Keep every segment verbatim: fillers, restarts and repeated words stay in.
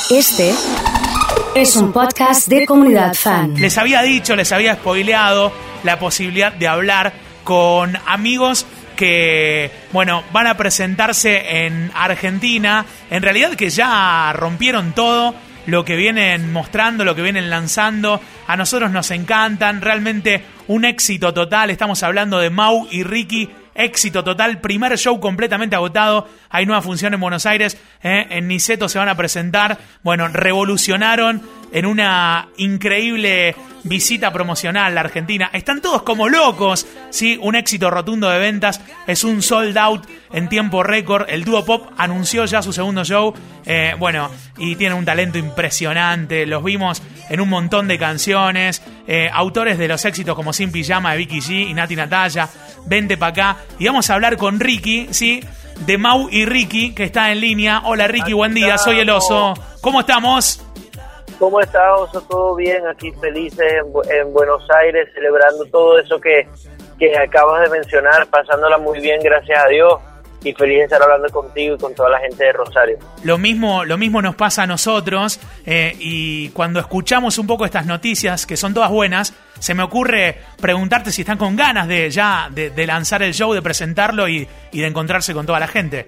Este es un podcast de Comunidad Fan. Les había dicho, les había spoileado la posibilidad de hablar con amigos que, bueno, van a presentarse en Argentina. En realidad que ya rompieron todo lo que vienen mostrando, lo que vienen lanzando. A nosotros nos encantan, realmente un éxito total. Estamos hablando de Mau y Ricky. Éxito total, primer show completamente agotado. Hay nueva función en Buenos Aires, ¿eh? En Niceto se van a presentar. Bueno, revolucionaron en una increíble visita promocional la Argentina. Están todos como locos, ¿sí? Un éxito rotundo de ventas. Es un sold out en tiempo récord. El dúo pop anunció ya su segundo show. Eh, bueno, y tienen un talento impresionante. Los vimos en un montón de canciones. Eh, autores de los éxitos como Sin Pijama de Vicky G y Nati Natalia. Vente pa' acá. Y vamos a hablar con Ricky, ¿sí? De Mau y Ricky, que está en línea. Hola Ricky, buen día, soy el Oso. ¿Cómo estamos? ¿Cómo estás, Oso? ¿Todo bien? Aquí felices en, en Buenos Aires, celebrando todo eso que, que acabas de mencionar, pasándola muy bien, gracias a Dios. Y feliz de estar hablando contigo y con toda la gente de Rosario. Lo mismo, lo mismo nos pasa a nosotros, eh, y cuando escuchamos un poco estas noticias, que son todas buenas, se me ocurre preguntarte si están con ganas de ya de, de lanzar el show, de presentarlo y, y de encontrarse con toda la gente.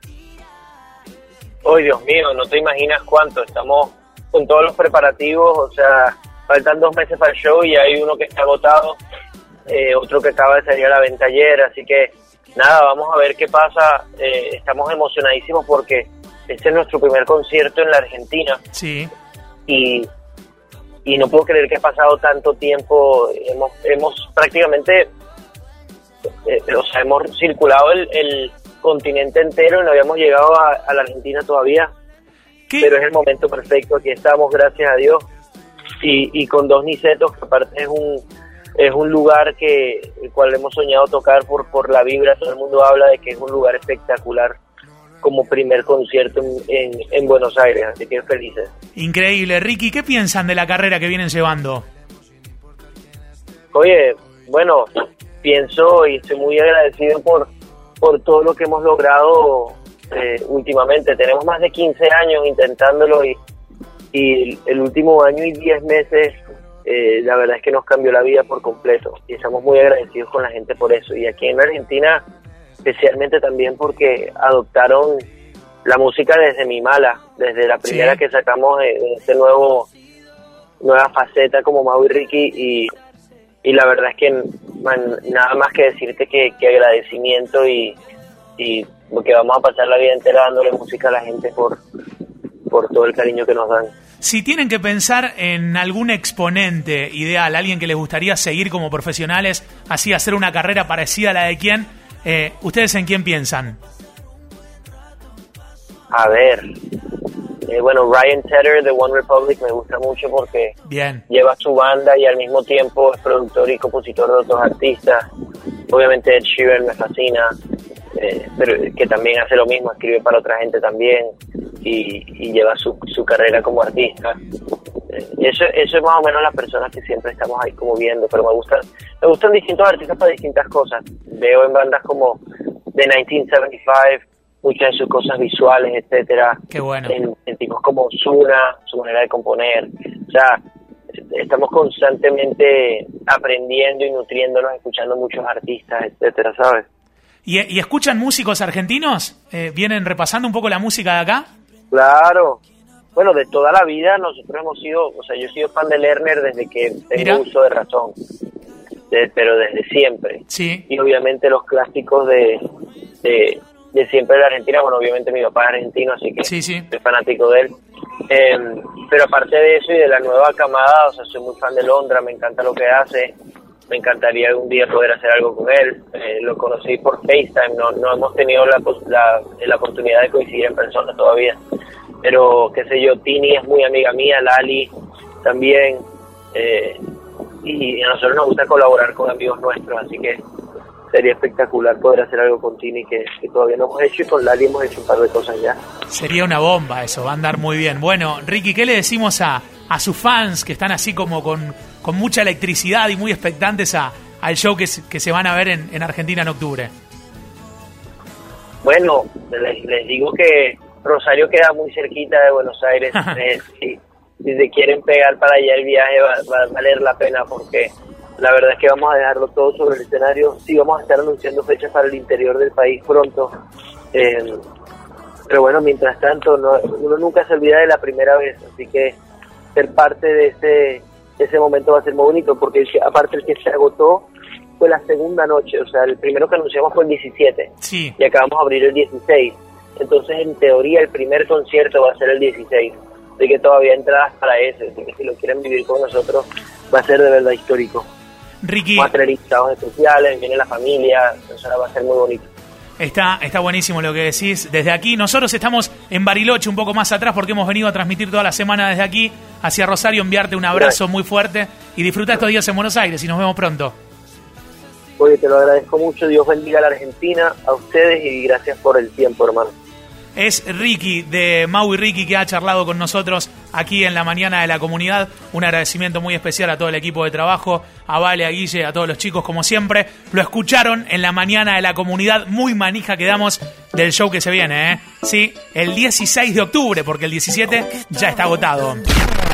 ¡Ay, Dios mío! No te imaginas cuánto. Estamos con todos los preparativos, o sea, faltan dos meses para el show y hay uno que está agotado, eh, otro que acaba de salir a la venta ayer, así que nada, vamos a ver qué pasa. Eh, estamos emocionadísimos porque este es nuestro primer concierto en la Argentina. Sí. Y, y no puedo creer que ha pasado tanto tiempo. Hemos, hemos prácticamente, eh, o sea, hemos circulado el, el continente entero y no habíamos llegado a, a la Argentina todavía. ¿Qué? Pero es el momento perfecto. Aquí estamos, gracias a Dios. Y, y con dos Nicetos, que aparte es un... Es un lugar que el cual hemos soñado tocar por por la vibra. Todo el mundo habla de que es un lugar espectacular como primer concierto en, en, en Buenos Aires, así que felices. Increíble. Ricky, ¿qué piensan de la carrera que vienen llevando? Oye, bueno, pienso y estoy muy agradecido por, por todo lo que hemos logrado eh, últimamente. Tenemos más de quince años intentándolo y, y el último año y diez meses... Eh, la verdad es que nos cambió la vida por completo y estamos muy agradecidos con la gente por eso. Y aquí en Argentina, especialmente también porque adoptaron la música desde Mi Mala, desde la primera sí. que sacamos de, de este nuevo nueva faceta como Mau y Ricky, y, y la verdad es que man, nada más que decirte que, que agradecimiento y, y porque vamos a pasar la vida entera dándole música a la gente por, por todo el cariño que nos dan. Si tienen que pensar en algún exponente ideal, alguien que les gustaría seguir como profesionales, así hacer una carrera parecida a la de quién, eh, ¿ustedes en quién piensan? A ver, eh, bueno, Ryan Tedder de One Republic me gusta mucho porque Bien. lleva su banda y al mismo tiempo es productor y compositor de otros artistas. Obviamente Ed Sheeran me fascina, eh, pero que también hace lo mismo, escribe para otra gente también. Y, y lleva su, su carrera como artista. Eh, eso, eso es más o menos las personas que siempre estamos ahí como viendo, pero me gustan, me gustan distintos artistas para distintas cosas. Veo en bandas como The nineteen seventy-five, muchas de sus cosas visuales, etcétera. Qué bueno. En, en tipos como Ozuna, su manera de componer. O sea, estamos constantemente aprendiendo y nutriéndonos, escuchando muchos artistas, etcétera, ¿sabes? ¿Y, y escuchan músicos argentinos? Eh, ¿Vienen repasando un poco la música de acá? Claro, bueno, de toda la vida nosotros hemos sido, o sea, yo he sido fan de Lerner desde que tengo Mira. uso de razón, de, pero desde siempre. Sí. Y obviamente los clásicos de, de, de siempre de la Argentina, bueno, obviamente mi papá es argentino, así que sí, sí. soy fanático de él. Eh, pero aparte de eso y de la nueva camada, o sea, soy muy fan de Londra, me encanta lo que hace, me encantaría algún día poder hacer algo con él. Eh, lo conocí por FaceTime, no, no hemos tenido la, la, la oportunidad de coincidir en persona todavía. Pero, qué sé yo, Tini es muy amiga mía, Lali también. Eh, y a nosotros nos gusta colaborar con amigos nuestros, así que sería espectacular poder hacer algo con Tini que, que todavía no hemos hecho, y con Lali hemos hecho un par de cosas ya. Sería una bomba eso, va a andar muy bien. Bueno, Ricky, ¿qué le decimos a, a sus fans que están así como con, con mucha electricidad y muy expectantes a, al show que, que se van a ver en, en Argentina en octubre? Bueno, les, les digo que Rosario queda muy cerquita de Buenos Aires. eh, si, si se quieren pegar para allá, el viaje va, va a valer la pena, porque la verdad es que vamos a dejarlo todo sobre el escenario. Sí, vamos a estar anunciando fechas para el interior del país pronto. Eh, pero bueno, mientras tanto, no, uno nunca se olvida de la primera vez, así que ser parte de ese, ese momento va a ser muy bonito, porque el que, aparte el que se agotó fue la segunda noche, o sea, el primero que anunciamos fue el diecisiete, sí, y acabamos de abrir el dieciséis, entonces en teoría el primer concierto va a ser el dieciséis, así que todavía hay entradas para ese, así que si lo quieren vivir con nosotros va a ser de verdad histórico. Ricky, Vamos a tener invitados especiales, viene la familia, o sea, va a ser muy bonito. Está, está buenísimo lo que decís. Desde aquí, nosotros estamos en Bariloche, un poco más atrás, porque hemos venido a transmitir toda la semana desde aquí hacia Rosario, enviarte un abrazo muy fuerte y disfruta estos días en Buenos Aires y nos vemos pronto. Oye, te lo agradezco mucho, Dios bendiga a la Argentina, a ustedes, y gracias por el tiempo, hermano. Es Ricky, de Mau y Ricky, que ha charlado con nosotros aquí en la mañana de la comunidad. Un agradecimiento muy especial a todo el equipo de trabajo, a Vale, a Guille, a todos los chicos, como siempre. Lo escucharon en la mañana de la comunidad. Muy manija quedamos del show que se viene, ¿eh? Sí, el dieciséis de octubre, porque el diecisiete ya está agotado.